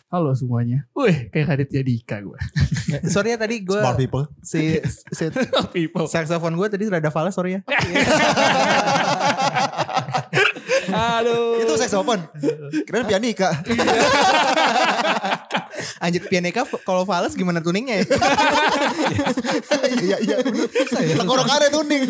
Halo semuanya. Wih, kayak Raditya Dika gue. Sorry ya tadi gue Smart people. si People. saxophone gue tadi rada fals, sorry ya. Aduh. Itu saxophone. Keren pianika. Anjir, pianika kalau fals gimana tuningnya ya? Iya. Tenggorokannya tuning.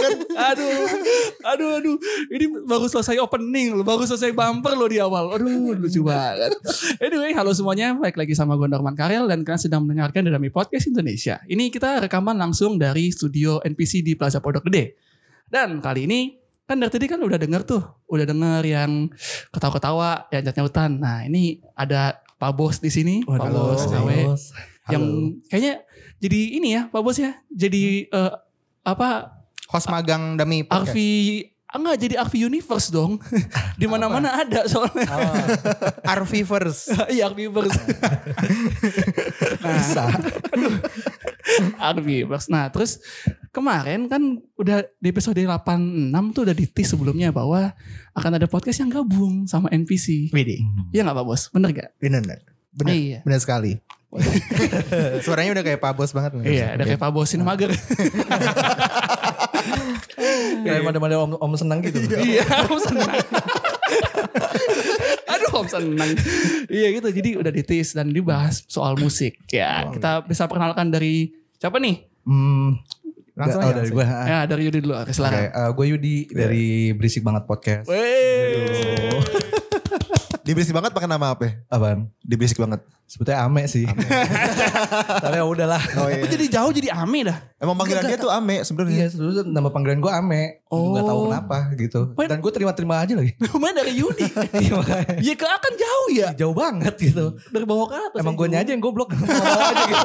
Aduh. Ini baru selesai opening loh, baru selesai bumper loh di awal. Aduh, lucu banget. Anyway, halo semuanya, balik lagi sama gue Norman Karel dan kalian sedang mendengarkan Dami Podcast Indonesia. Ini kita rekaman langsung dari studio NPC di Plaza Pondok Gede. Dan kali ini kan dari tadi kan udah denger yang ketawa-ketawa, yang nyautan. Nah, ini ada Pak Bos di sini, Pak Bos KW, yang kayaknya jadi ini ya, Pak Bos ya, jadi Host magang Dami Podcast. Enggak jadi Arvi Universe dong. Di mana-mana ada soalnya. Arviverse. Iya, Arviverse. Bisa. Arviverse. Nah, terus kemarin kan udah di episode 86 tuh udah di-tease sebelumnya bahwa akan ada podcast yang gabung sama NPC. Widih. Iya enggak Pak Bos? Bener gak? Bener. Iya. Bener sekali. Suaranya udah kayak Pak Bos banget. Iya, ada kayak Pak Bos ini mager. Kayak model-model om senang gitu. Iya, om senang. Aduh, om senang. Iya gitu, jadi udah ditis dan dibahas soal musik. Ya, kita bisa perkenalkan dari siapa nih? Langsung aja. Dari gue. Ya, dari Yudi dulu, silakan. Gue Yudi dari Berisik Banget Podcast. Diberisik banget pakai nama apa? Apaan? Diberisik banget. Sebetulnya Ame sih. Tapi ya udahlah. Oh iya. Jadi jauh jadi Ame dah. Emang panggilan dia tuh Ame Iya, sebenarnya. sebenarnya nama panggilan gue Ame. Gak tahu kenapa gitu. Dan gue terima-terima aja lagi. Lumayan dari Yudi. Iya makanya. Ya ke akan jauh ya. Jauh banget gitu. Dari bawah ke atas. Emang gue aja yang goblok. Aja gitu.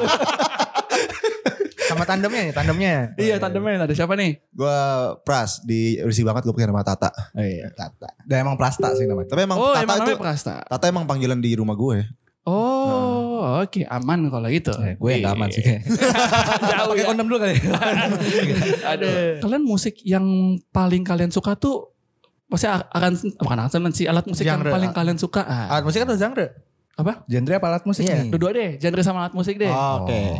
Sama tandemnya. Iya, tandemnya ada siapa nih? Gue Pras diberisik banget gue pakai nama Tata. Iya. Tata. Dan emang Prasta sih namanya. Tapi emang Tata emang itu namanya Prasta. Tata emang panggilan di rumah gue. Oke, aman kalau gitu. Gue yang gak aman sih kayaknya. Jauh Pakai ya. kondom dulu kali. Ada. Kalian musik yang paling kalian suka tuh maksudnya bukan sih alat musik Genre. yang paling kalian suka. Alat musik atau genre? Apa? Genre apa alat musik Iya. nih? Dua deh, genre sama alat musik deh. Oke.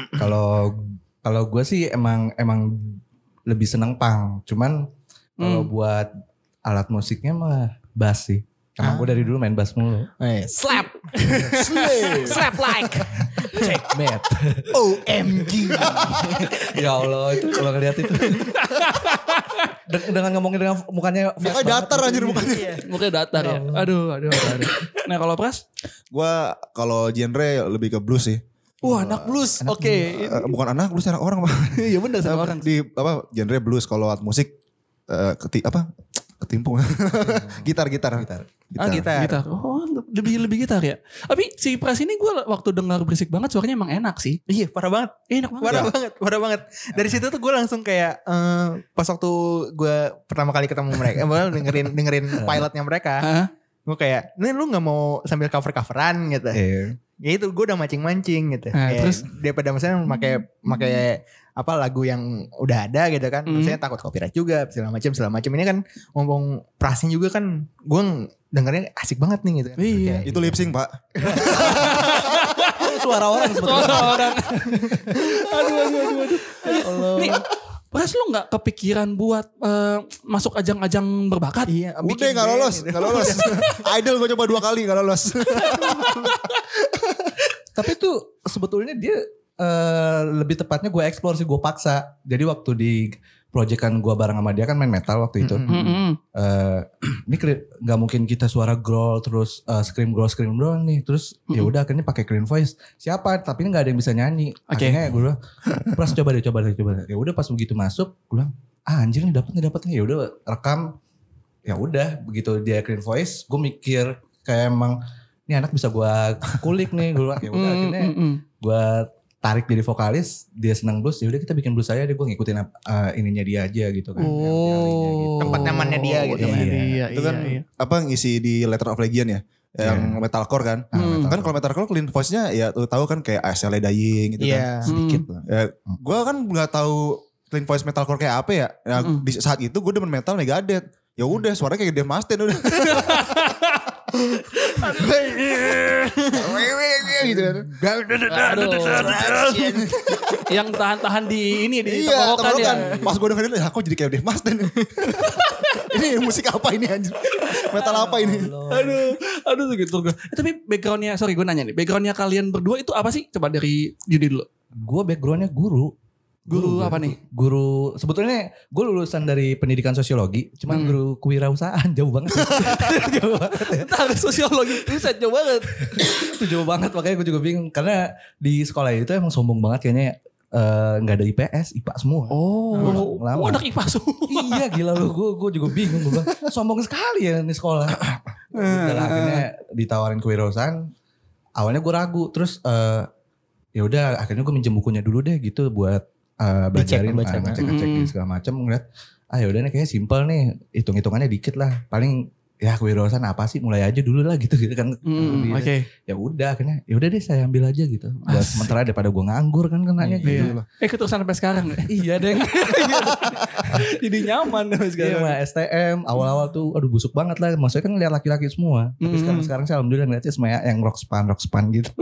Kalau gue sih emang lebih seneng punk. Cuman kalau buat alat musiknya mah bass sih. Emang gue dari dulu main bass mulu. Slap. Slap like. Checkmate. OMG. Ya Allah itu kalau ngeliat itu. Dengan ngomongin dengan mukanya. Mukanya datar anjir mukanya. Mungkin datar ya. Aduh. Nah kalau Pras? Gue kalau genre lebih ke blues sih. Wah, anak blues. Oke. Bukan anak blues, anak orang. Iya benar sama orang. Di genre blues kalau alat musik ketimpung. Gitar. Gitar. Oh, lebih gitar ya. Tapi si Pras ini gue waktu dengar Berisik Banget suaranya emang enak sih. Iya, parah banget. Enak banget. Parah banget. Dari situ tuh gue langsung kayak pas waktu gue pertama kali ketemu mereka, dengerin pilotnya merapa. Gue kayak, nih lu nggak mau sambil cover-coveran gitu. Ya itu gue udah mancing-mancing gitu. Terus daripada misalnya pakai apa lagu yang udah ada gitu kan. Misalnya takut copyright juga segala macam. Ini kan ngomong Prasnya juga kan gue dengernya asik banget nih gitu kan. Iya. Itu lip sync, Pak. Suara orang sebetulnya. Aduh. Nih, Pras lu gak kepikiran buat masuk ajang-ajang berbakat? Iya. Udah gak lolos. Idol gue coba 2 kali gak lolos. Tapi tuh sebetulnya dia lebih tepatnya gue explore sih, gue paksa. Jadi waktu di proyekan gue bareng sama dia kan main metal waktu itu. Ini nggak mungkin kita suara growl terus scream growl nih. Terus ya udah akhirnya pakai clean voice. Siapa? Tapi ini nggak ada yang bisa nyanyi. Akhirnya gue bilang, Pras coba deh. Ya udah pas begitu masuk, gue bilang, anjir nih dapetnya. Ya udah rekam. Ya udah begitu dia clean voice, gue mikir kayak emang ini anak bisa gue kulik nih. Gue bilang, ya udah akhirnya gue tarik jadi vokalis, dia senang blues, ya udah kita bikin blues aja deh, gue ngikutin ininya dia aja gitu kan. Oh, tempat nyamannya dia gitu. Iya, Itu kan apa ngisi di Letter of Legion ya, yang metalcore kan. Kan kalau metalcore clean voice-nya ya lu tahu kan kayak ASL Dying gitu kan. Sedikit lah. Ya, gue kan nggak tahu clean voice metalcore kayak apa ya. Di saat itu gue demen metal Megadeth. Ya udah suaranya kayak Dave Mustaine udah. gitu kan. Yang tahan-tahan di ini di Iya, tenggorokan ya. Pas gue dengerin, ya kok jadi kayak Dave Mustaine. Ini musik apa ini anjir? Metal apa ini? Aduh segitu gue. Tapi backgroundnya, sorry gue nanya nih, backgroundnya kalian berdua itu apa sih? Coba dari Yudi dulu. Gue backgroundnya guru. Guru apa nih? Guru sebetulnya gue lulusan dari pendidikan sosiologi, cuman guru kewirausahaan jauh banget. Jauh banget. Harus sosiologi, bisa jauh banget. Itu jauh banget, makanya gue juga bingung karena di sekolah itu emang sombong banget kayaknya. Nggak ada IPS, IPA semua. Anak IPA semua. Iya gila lu, gue juga bingung. Gue bilang, sombong sekali ya ini sekolah. Udah akhirnya ditawarin kewirausahaan. Awalnya gue ragu, terus ya udah akhirnya gue minjem bukunya dulu deh gitu buat belajarin, ngecek segala macam, ngeliat ya udah nih kayaknya simpel nih, hitung-hitungannya dikit lah, paling ya kewirausahaan apa sih, mulai aja dulu lah gitu kan. Oke. Ya udah akhirnya ya udah deh saya ambil aja gitu. Buat sementara daripada gue nganggur kan kenanya gitu. Keterusan sampai sekarang. Iya deh. Jadi nyaman sampai sekarang. Iya, STM awal-awal tuh aduh busuk banget lah. Maksudnya kan ngeliat laki-laki semua. Tapi sekarang saya alhamdulillah ngeliatnya semua yang rock span gitu.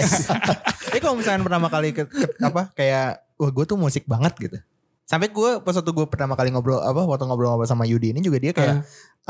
Kalau misalnya pertama kali kayak wah gue tuh musik banget gitu. Sampai gue pas waktu gue pertama kali waktu ngobrol-ngobrol sama Yudi ini juga dia kayak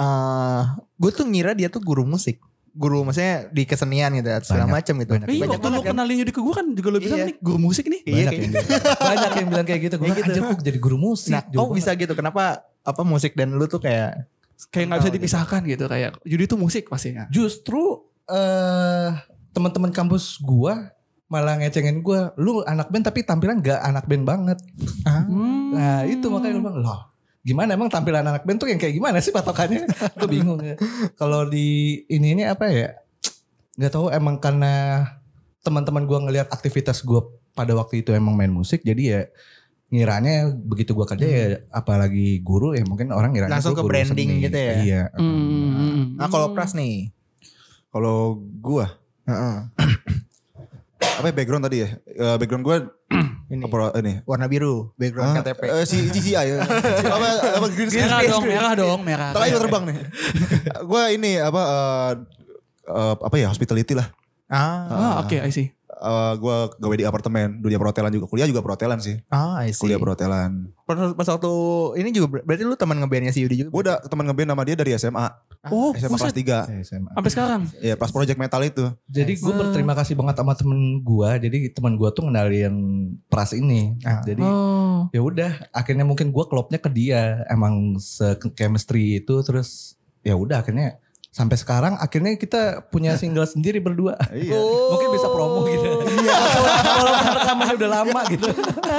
gue tuh ngira dia tuh guru musik. Guru maksudnya di kesenian gitu segala macam gitu. Iya, waktu lu kenalin Yudi ke gue kan juga lu bilang nih guru musik nih. Iya, banyak yang bilang kayak gitu. Gue anjir kok jadi guru musik. Nah, bisa gitu. Kenapa musik dan lu tuh kayak nggak bisa dipisahkan gitu, kayak Yudi tuh musik pastinya. Justru teman-teman kampus gue malah ngecengin gue, lu anak band tapi tampilan gak anak band banget. Nah itu makanya gue bilang, loh gimana emang tampilan anak band tuh yang kayak gimana sih patokannya? Gue bingung ya. Kalau di ini apa ya, gak tahu emang karena teman-teman gue ngelihat aktivitas gue pada waktu itu emang main musik, jadi ya ngiranya begitu gue kerja ya apalagi guru ya mungkin orang ngiranya langsung ke branding seni. Gitu ya. Iya. Nah kalau Pras nih, kalau gue apa ya, background tadi ya? Background gue ini warna biru, background KTP. Si GCI ya. apa green screen? Merah. Tadi gue terbang nih. Gue ini apa ya, hospitality lah. Oke, I see. Gue gawe di apartemen, dunia perhotelan juga, kuliah juga perhotelan sih. I see. Kuliah perhotelan. Pas waktu ini juga berarti lu teman ngebandnya si Yudi juga? Gue udah teman ngeband sama dia dari SMA. SMA kelas 3. Sampai sekarang? Iya, pas project metal itu. Jadi gue berterima kasih banget sama temen gue. Jadi temen gue tuh ngenalin Pras ini. Jadi ya udah, akhirnya mungkin gue klopnya ke dia. Emang se-chemistry itu, terus ya udah akhirnya sampai sekarang akhirnya kita punya single sendiri berdua. Iya. Mungkin bisa promo gitu. Iya. Walaupun rekamannya udah lama gitu.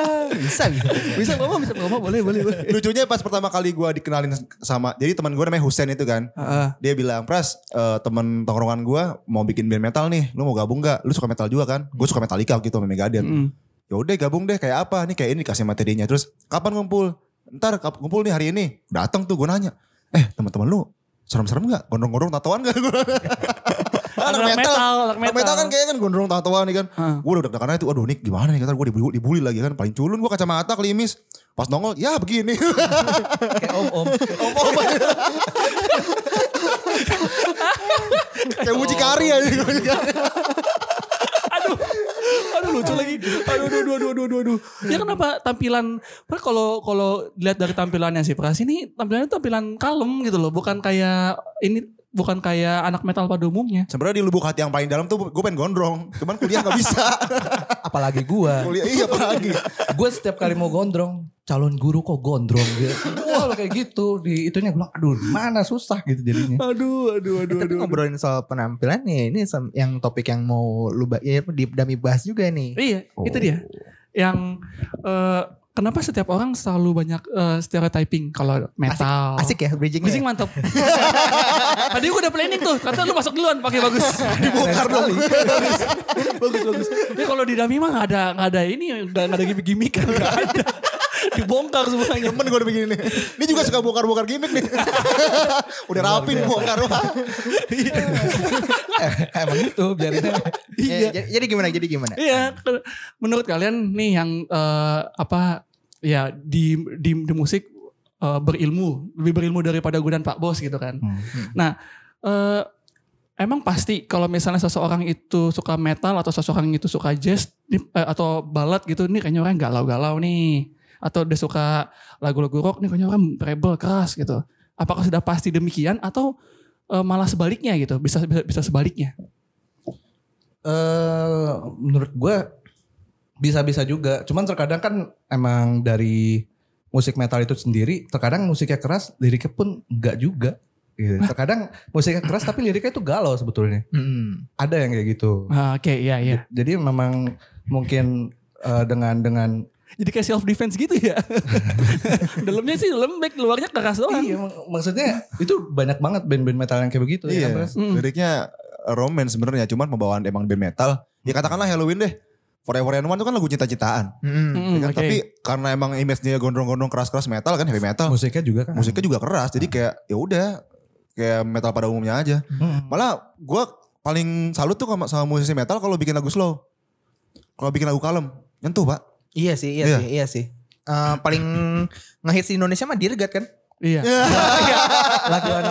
Bisa promo boleh. Lucunya pas pertama kali gue dikenalin sama, jadi teman gue namanya Husen itu kan. Dia bilang, Pras, temen tongkrongan gue mau bikin band metal nih, lu mau gabung gak? Lu suka metal juga kan? Gue suka Metallica gitu sama Megadeth. Ya udah gabung deh, kayak apa? Nih kayak ini kasih materinya. Terus kapan ngumpul? Ntar ngumpul nih hari ini. Datang tuh gue nanya, teman-teman lu serem-serem gak? Gondrong-gondrong tatoan gak? Anak metal kan kayak kan gondrong tatoan nih kan. Gue udah deg-degan aja tuh, aduh Nick gimana nih, kata gue dibully lagi kan. Paling culun gue kacamata klimis. Pas nongol, ya begini. Kayak om. Kayak mucikari aja. Aduh lucu lagi. Aduh. Ya kenapa tampilan, kalau lihat dari tampilannya sih Pras ini tampilannya tampilan kalem gitu loh, bukan kayak anak metal pada umumnya. Sebenarnya di lubuk hati yang paling dalam tuh gue pengen gondrong, cuman kuliah nggak bisa. Apalagi gue. Apalagi. Gue setiap kali mau gondrong, calon guru kok gondrong gitu. Wah kayak gitu, di itunya gue bilang, aduh mana susah gitu jadinya. Aduh. Tapi ngobrolin soal penampilan nih, ini yang topik yang mau lu di Dami bahas juga nih. Iya, itu dia. Yang kenapa setiap orang selalu banyak stereotyping kalau metal. Asik ya bridgingnya. Bridging mantap. Tadi gue udah planning tuh, kata lu masuk duluan pakai bagus. Dibongkar dong. Bagus. Ini kalau di Dami mah nggak ada ini, nggak ada gimmick kan, nggak ada. Dibongkar semuanya. Temen gue udah begini nih. Ini juga suka bongkar-bongkar gimmick nih. Udah rapi nih bongkar. Emang itu biarin. Jadi gimana? Iya, menurut kalian nih yang ya di musik lebih berilmu daripada gue dan Pak Bos gitu kan. Nah, emang pasti kalau misalnya seseorang itu suka metal atau seseorang itu suka jazz atau ballad gitu, nih kayaknya orang galau-galau nih. Atau dia suka lagu-lagu rock, nih kayaknya orang rebel keras gitu. Apakah sudah pasti demikian atau malah sebaliknya gitu? Bisa sebaliknya? Menurut gue bisa-bisa juga. Cuman terkadang kan emang dari musik metal itu sendiri, terkadang musiknya keras, liriknya pun enggak juga. Gitu. Terkadang musiknya keras tapi liriknya itu galau sebetulnya. Ada yang kayak gitu. Oke, iya. Jadi memang mungkin dengan jadi kayak self defense gitu ya. Dalamnya sih lembek, luarnya keras doang. Iya, maksudnya itu banyak banget band-band metal yang kayak begitu. Iya, ya, liriknya romance sebenarnya, cuman pembawaan emang band metal. Ya katakanlah Halloween deh. Forever and One itu kan lagu cinta-cintaan. Ya kan? Tapi karena emang image-nya gondrong-gondrong keras-keras metal kan, heavy metal. Musiknya juga keras. Jadi kayak ya udah kayak metal pada umumnya aja. Malah gue paling salut tuh sama musisi metal kalau bikin lagu slow. Kalau bikin lagu kalem, nyentuh Pak. Iya sih. Paling ngehits di Indonesia mah Dirgat kan? Iya. Lagu anak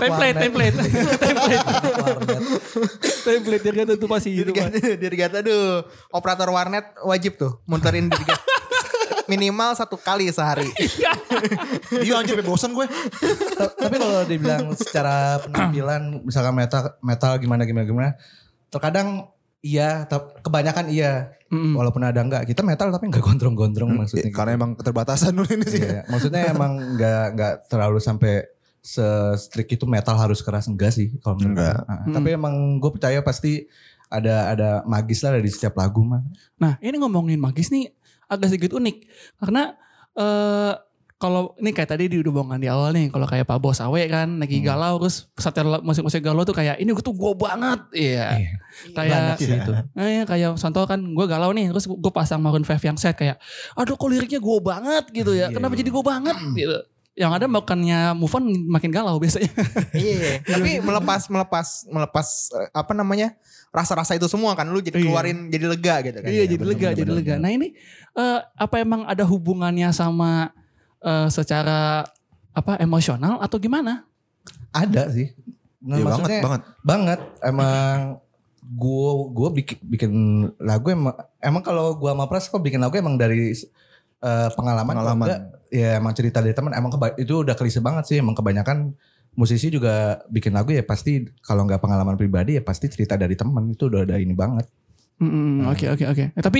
Template Dirgat itu pasti gitu Pak. Dirgat aduh, operator warnet wajib tuh muterin Dirgat. Minimal 1 kali sehari. Iya anjir bosan gue. Tapi kalau dibilang secara penampilan misalkan metal gimana terkadang iya, kebanyakan iya. Walaupun ada enggak, kita metal tapi enggak gondrong-gondrong maksudnya. Karena gitu. emang keterbatasan dulu ini sih. Iya, maksudnya emang enggak terlalu sampai se-strict itu metal harus keras, enggak sih kalau enggak. Tapi emang gue percaya pasti ada magis lah di setiap lagu mah. Nah, ini ngomongin magis nih agak sedikit unik karena kalau ini kayak tadi di hubungan di awal nih, kalau kayak Pak Bos Awe kan lagi galau terus setel musik-musik galau tuh kayak ini tuh gue banget, iya. Kayak gitu. Kayak contoh kan gue galau nih terus gue pasang Maroon 5 yang sad kayak, aduh kok liriknya gue banget gitu ya, kenapa jadi gue banget gitu. Yang ada bukannya move on makin galau biasanya. Iya. Tapi melepas apa namanya rasa-rasa itu semua kan lu jadi keluarin jadi lega gitu kan. Iya jadi lega. Nah ini apa emang ada hubungannya sama secara apa emosional atau gimana? Ada sih. Nah, ya, maksudnya banget. Emang gue bikin lagu emang kalau gue sama Pras kok bikin lagu emang dari pengalaman. Ya emang cerita dari teman. Emang itu udah klise banget sih. Emang kebanyakan musisi juga bikin lagu ya pasti kalau nggak pengalaman pribadi ya pasti cerita dari teman. Itu udah ada ini banget. Oke. Tapi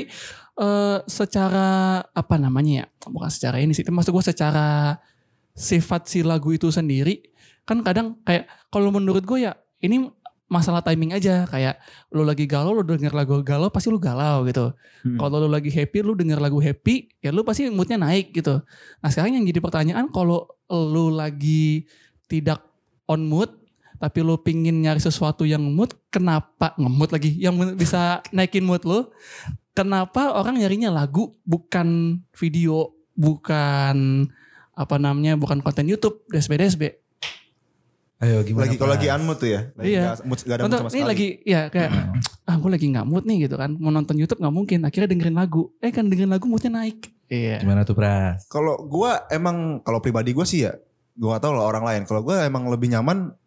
secara apa namanya ya? Bukan secara ini sih. Maksud gue secara sifat si lagu itu sendiri kan kadang kayak kalau menurut gue ya ini masalah timing aja. Kayak lu lagi galau, lu denger lagu galau pasti lu galau gitu. Kalau lu lagi happy, lu denger lagu happy, ya lu pasti moodnya naik gitu. Nah sekarang yang jadi pertanyaan kalau lu lagi tidak on mood, tapi lu pingin nyari sesuatu yang mood, kenapa nge-mood lagi? Yang bisa naikin mood lu, kenapa orang nyarinya lagu bukan video, bukan apa namanya, bukan konten YouTube, DSB. Ayo gimana? Kalau lagi unmood tuh ya. Iya. Gak ada mood sama sekali. Ini lagi ya kayak gue lagi gak mood nih gitu kan. Mau nonton YouTube gak mungkin. Akhirnya dengerin lagu. Kan dengerin lagu moodnya naik. Iya. Gimana tuh Pras? Kalau gue emang kalau pribadi gue sih ya. Gue gak tahu lah orang lain. Kalau gue emang lebih nyaman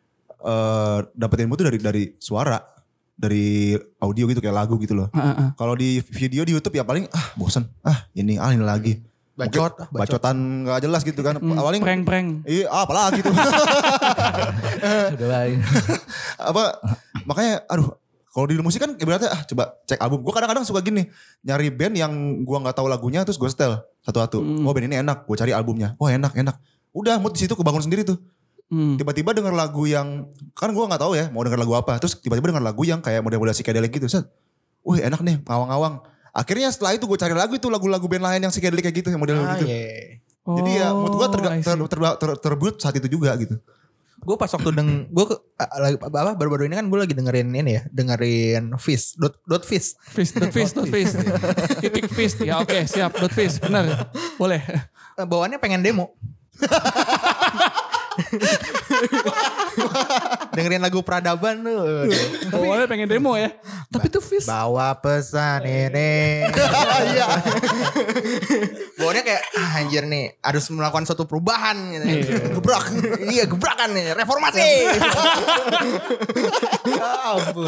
dapetin mood tuh dari suara. Dari audio gitu kayak lagu gitu loh. Kalau di video di YouTube ya paling bosan. Ini lagi. Bacotan gak jelas gitu kan. Awalnya prank. Iya apalagi tuh. Udah lain. Makanya kalau di musik kan ibaratnya coba cek album. Gue kadang-kadang suka gini. Nyari band yang gue gak tahu lagunya terus gue setel satu-satu. Band ini enak. Gue cari albumnya. Enak. Udah mood di situ kebangun sendiri tuh. Tiba-tiba denger lagu yang kan gue gak tahu ya mau denger lagu apa. Terus tiba-tiba denger lagu yang kayak model-model psychedelic gitu. Wih enak nih ngawang-ngawang. Akhirnya setelah itu gue cari lagu itu lagu-lagu band lain yang psychedelic kayak gitu, yang model gitu. Yeah. Jadi ya mood gue terbuat saat itu juga gitu. Gue pas waktu baru-baru ini kan gue lagi dengerin Fish. Titik Fish. Ya oke, siap. Fish, benar. Boleh. Bawaannya pengen demo. dengerin lagu peradaban tuh. Awalnya pengen demo ya. Tapi tuh Fis. Bawa pesan ini. Iya. Bawanya kayak anjir nih harus melakukan suatu perubahan gitu. Gebrak. Iya gebrakan nih. Reformasi. Ya ampun.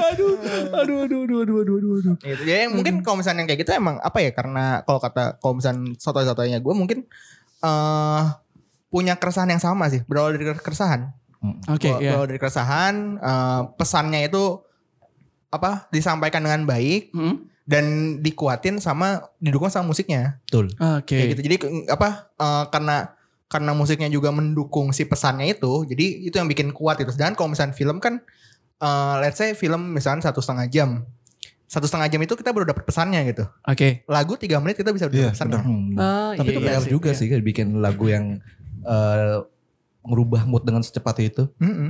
Aduh. Gitu. Jadi mungkin kalau misalnya yang kayak gitu emang apa ya, karena kalau misalnya soto-sotonya gue mungkin punya keresahan yang sama sih, berawal dari keresahan. Berawal dari keresahan, pesannya itu apa disampaikan dengan baik dan dikuatin didukung sama musiknya. Betul. Kayak gitu. Jadi karena musiknya juga mendukung si pesannya itu, jadi itu yang bikin kuat itu. Dan kalau misalnya film kan, let's say film misalnya 1,5 jam. 1,5 jam itu kita baru dapat pesannya gitu. Lagu 3 menit kita bisa dapat pesannya. Tapi itu PR juga sih bikin lagu yang ngerubah mood dengan secepat itu.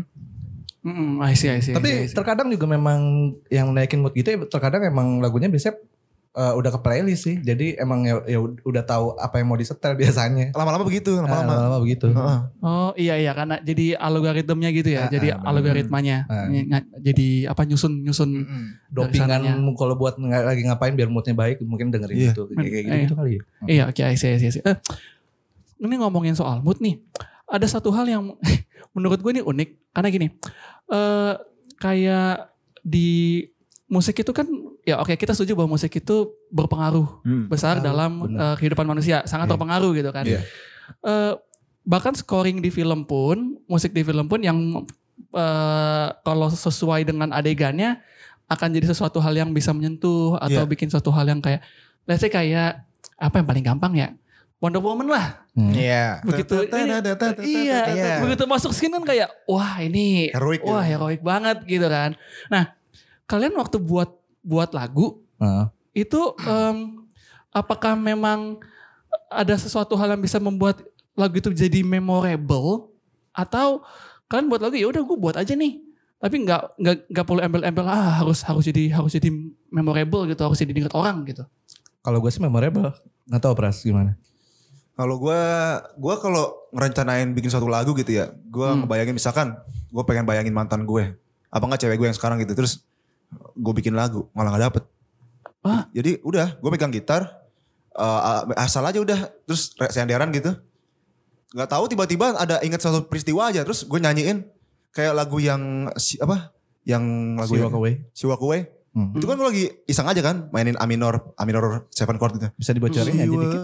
I see. Tapi terkadang juga memang yang naikin mood gitu ya, terkadang emang lagunya biasanya udah ke playlist sih. Jadi emang ya udah tahu apa yang mau disetel biasanya. Lama-lama begitu, lama-lama begitu. Oh iya karena jadi algoritmnya gitu ya. Jadi algoritmanya. Jadi apa nyusun dopingan kalau buat lagi ngapain biar moodnya baik mungkin dengerin itu kayak gitu kali ya. Iya oke, I see. Ini ngomongin soal mood nih. Ada satu hal yang menurut gue ini unik karena gini. Kayak di musik itu kan ya oke, kita setuju bahwa musik itu berpengaruh besar dalam kehidupan manusia, sangat berpengaruh gitu kan. Bahkan scoring di film pun, musik di film pun yang kalau sesuai dengan adegannya akan jadi sesuatu hal yang bisa menyentuh atau bikin suatu hal yang kayak let's say kayak apa yang paling gampang ya, Wonder Woman lah. Begitu begitu masuk scene kan kayak wah ini heroik banget gitu kan. Nah, kalian waktu buat lagu itu apakah memang ada sesuatu hal yang bisa membuat lagu itu jadi memorable, atau kalian buat lagu ya udah gue buat aja nih, tapi nggak perlu embel-embel harus jadi memorable gitu, harus jadi diingat orang gitu. Kalau gue sih memorable, nggak tahu Pras gimana. Kalau gue kalau ngerencanain bikin suatu lagu gitu ya, gue ngebayangin misalkan gue pengen bayangin mantan gue, apa nggak cewek gue yang sekarang gitu, terus gue bikin lagu malah nggak dapet. Jadi udah gue pegang gitar asal aja udah, terus senderan gitu, nggak tahu tiba-tiba ada inget suatu peristiwa aja, terus gue nyanyiin kayak lagu yang yang lagu Si Walk Away. Itu kan gue lagi iseng aja kan, mainin A minor 7 chord gitu. Bisa dibocorin aja dikit.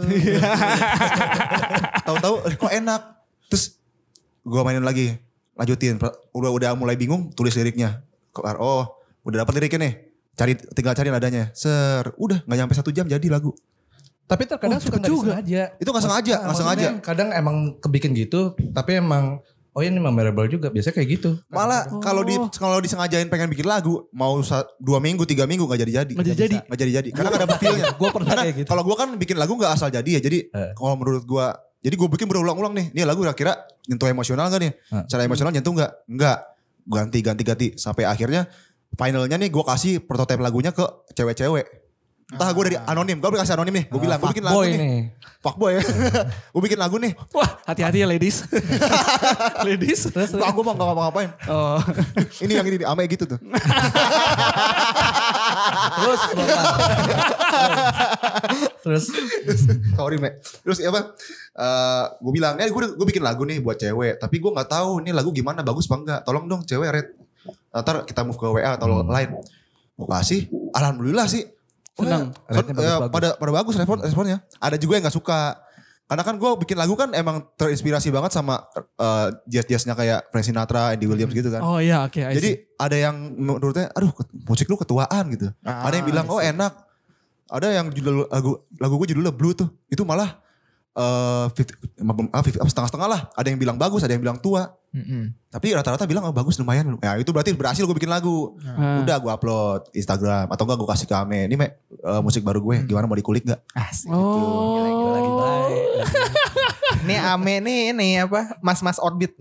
Tahu-tahu kok enak. Terus gue mainin lagi, lanjutin. Udah mulai bingung, tulis liriknya. Udah dapat liriknya nih. Tinggal cari nadanya. Udah nggak nyampe 1 jam jadi lagu. Tapi terkadang suka nggak sengaja. Itu nggak sengaja. Kadang emang kebikin gitu, tapi emang ini memorable juga, biasanya kayak gitu. Malah kalau disengajain pengen bikin lagu, mau 2 minggu 3 minggu nggak jadi. Karena nggak dapet feelnya. Gue pernah kayak gitu. Kalau gue kan bikin lagu nggak asal jadi ya. Jadi kalau menurut gue, jadi gue bikin berulang-ulang nih. Ini lagu kira-kira nyentuh emosional gak nih? Secara emosional nyentuh nggak? Nggak. Ganti. Sampai akhirnya finalnya nih gue kasih prototipe lagunya ke cewek-cewek. Entah gue dari anonim, gue kasih anonim nih. Gue bilang gue bikin lagu nih. Fuckboy ya. Gue bikin lagu nih. Wah hati-hati ya ladies. Terus gue mau gak ngapain. Ini yang ini ame gitu tuh. Terus sorry Mek. Terus apa? Gue bilang gue bikin lagu nih buat cewek, tapi gue nggak tahu ini lagu gimana, bagus apa enggak. Tolong dong cewek rate. Ntar kita move ke WA atau lain. Gue kasih, alhamdulillah sih. Senang. Pada bagus responnya. Ada juga yang gak suka. Karena kan gue bikin lagu kan emang terinspirasi banget sama jazz-jazznya kayak Frank Sinatra, Andy Williams gitu kan. Oh iya oke. Jadi ada yang menurutnya aduh musik lu ketuaan gitu. Ada yang bilang enak. Ada yang judul lagu gue judulnya Blue tuh. Itu malah setengah-setengah lah. Ada yang bilang bagus, ada yang bilang tua. Tapi rata-rata bilang bagus lumayan. Ya itu berarti berhasil gue bikin lagu. Udah gue upload Instagram atau enggak gue kasih ke Ame. Ini musik baru gue, gimana mau dikulik gak? Asik. Gila lagi baik. Ini Ame ini apa? Mas Orbit.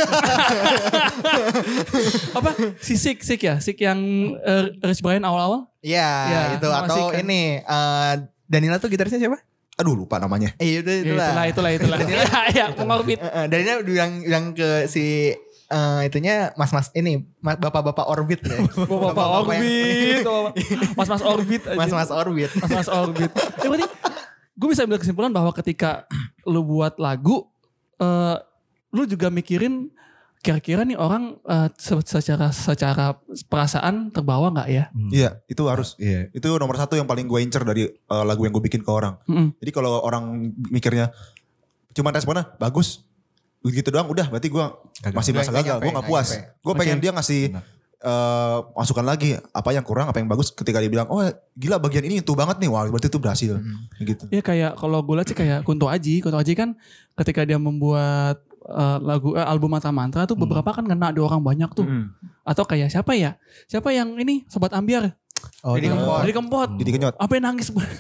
Apa? Sik ya? Sik yang Rich Brian awal-awal? Iya itu. Atau ini Danila tuh gitarisnya siapa? Aduh lupa namanya. Itulah. Iya, pengorbit. Danila yang ke si itunya mas-mas ini bapak-bapak orbit ya. Bapak orbit. Mas-mas orbit aja. Mas-mas orbit. Mas-mas orbit. Ya berarti gue bisa ambil kesimpulan bahwa ketika lu buat lagu, lu juga mikirin kira-kira nih orang secara perasaan terbawa nggak ya? Iya, itu harus. Itu nomor satu yang paling gue incer dari lagu yang gue bikin ke orang. Jadi kalau orang mikirnya cuma responnya bagus, begitu doang udah berarti gue masih merasa gagal, gue gak puas. Gue pengen dia ngasih masukan lagi apa yang kurang, apa yang bagus. Ketika dia bilang oh gila bagian ini itu banget nih, wah berarti itu berhasil. Gitu. Ya kayak kalau gue lihat sih kayak Kunto Aji kan ketika dia membuat album Mata Mantra tuh beberapa kan kena di orang banyak tuh. Atau kayak siapa yang ini Sobat Ambiar. Didi Kempot. Didi Kenyot. Apa yang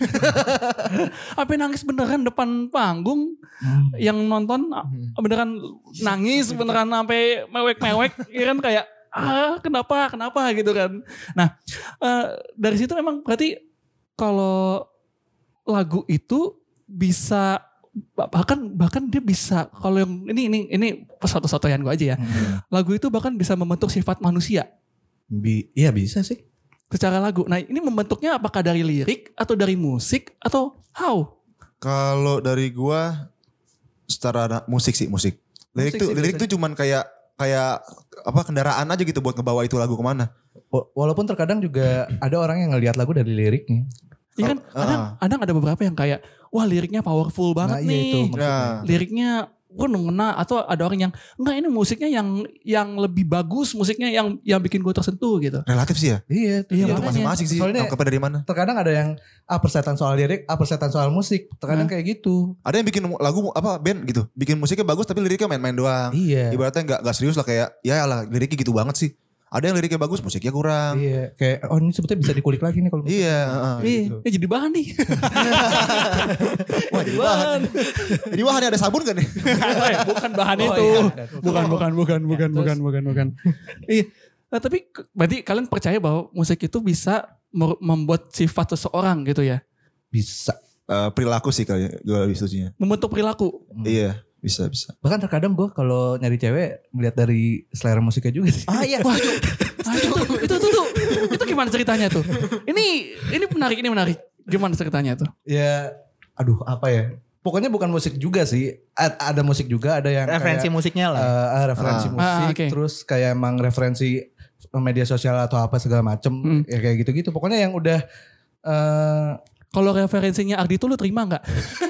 nangis beneran depan panggung. Yang nonton beneran nangis beneran sampai mewek-mewek. Ya kan kayak kenapa gitu kan. Nah dari situ memang berarti kalau lagu itu bisa bahkan dia bisa kalau yang ini satu-satuan gue aja ya. Lagu itu bahkan bisa membentuk sifat manusia. Iya bisa sih. Secara lagu. Nah ini membentuknya apakah dari lirik atau dari musik atau how? Kalau dari gua secara musik sih musik. Lirik tuh cuman kayak apa kendaraan aja gitu buat ngebawa itu lagu kemana. Walaupun terkadang juga ada orang yang ngelihat lagu dari liriknya. Iya kan kadang ada beberapa yang kayak wah liriknya powerful banget nih. Itu, liriknya gue ngena atau ada orang yang enggak ini musiknya yang lebih bagus, musiknya yang bikin gue tersentuh gitu. Relatif sih ya. Iya itu masing-masing sih. Soalnya dari mana? Terkadang ada yang persetan soal lirik, persetan soal musik. Terkadang kayak gitu. Ada yang bikin lagu band gitu, bikin musiknya bagus tapi liriknya main-main doang. Iya. Ibaratnya nggak serius lah kayak ya lah liriknya gitu banget sih. Ada yang liriknya bagus, musiknya kurang. Iya. Kayak ini sebetulnya bisa dikulik lagi nih kalau. Iya. Gitu. Jadi bahan nih. Wah jadi bahan. Jadi bahannya ada sabun kan nih? Bukan bahan itu. Bukan. Iya. Nah, tapi berarti kalian percaya bahwa musik itu bisa membuat sifat seseorang gitu ya? Bisa. Perilaku sih kali gue lebih setujunya. Membentuk perilaku? Iya. Bisa. Bahkan terkadang gue kalau nyari cewek ngeliat dari selera musiknya juga sih. Iya. Itu gimana ceritanya tuh? Ini menarik. Gimana ceritanya tuh? Ya, aduh apa ya? Pokoknya bukan musik juga sih. Ada musik juga, ada yang referensi kayak, musiknya lah. Referensi musik, okay. Terus kayak emang referensi media sosial atau apa segala macem. Ya kayak gitu-gitu. Pokoknya yang udah. Kalau referensinya Ardito lu terima nggak?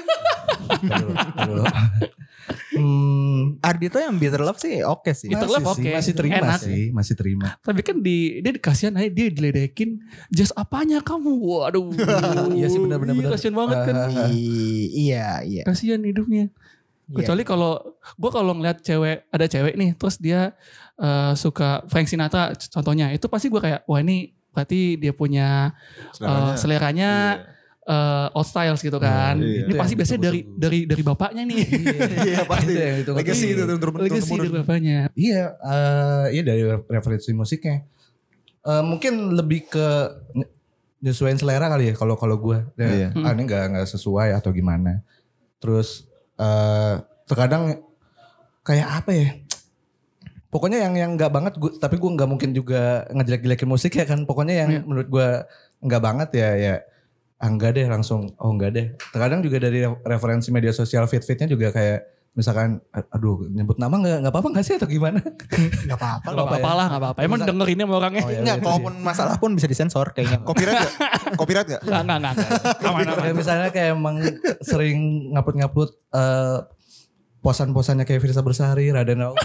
Ardito yang Bitter Love sih oke sih. Bitter Love oke. Masih terima. Tapi kan dia kasihan aja dia diledekin. Just apanya kamu? Waduh. Iya sih benar. Kasihan banget kan. Iya. Kasihan hidupnya. Kecuali kalau ngeliat ada cewek nih terus dia suka Frank Sinatra contohnya, itu pasti gue kayak wah ini berarti dia punya seleranya old styles gitu kan. Ini pasti biasanya dari bapaknya nih. Iya pasti. Legacy itu legacy dari bapaknya. Iya dari referensi musiknya. Mungkin lebih ke nyesuaiin selera kali ya kalau gue. Ini enggak sesuai atau gimana. Terus terkadang kayak apa ya? Pokoknya yang enggak banget tapi gue enggak mungkin juga ngejelek-jelekin musik ya kan. Pokoknya yang menurut gue enggak banget ya enggak deh langsung enggak deh. Terkadang juga dari referensi media sosial feed-feednya juga kayak misalkan aduh nyebut nama enggak apa-apa enggak sih atau gimana? Enggak apa-apa lah. Emang dengerinnya sama orangnya. Enggak, kalaupun masalah pun bisa disensor kayaknya. Copyright enggak? Enggak. Kayak misalnya kayak emang sering ngupload posan-posannya kayak Firsa Bersari, Raden Rauf.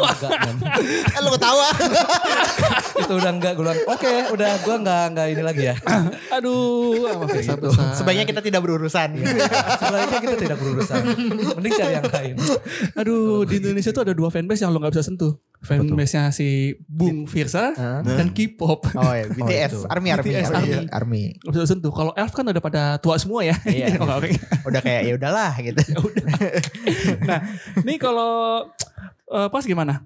Lu ketawa. Itu udah enggak, gue bilang oke, udah gue enggak ini lagi ya. Aduh, sama Firsa Bersari. Sebaiknya kita tidak berurusan. Sebaiknya kita tidak berurusan. Mending cari yang lain. Aduh, di Indonesia tuh ada 2 fanbase yang lo gak bisa sentuh. Fanbase-nya si Bung Firsa dan K-pop. Oh ya, BTS, Army. Gak bisa sentuh. Kalau Elf kan udah pada tua semua ya. Iya. Udah kayak ya udahlah gitu. Nah, ini kalau pas gimana?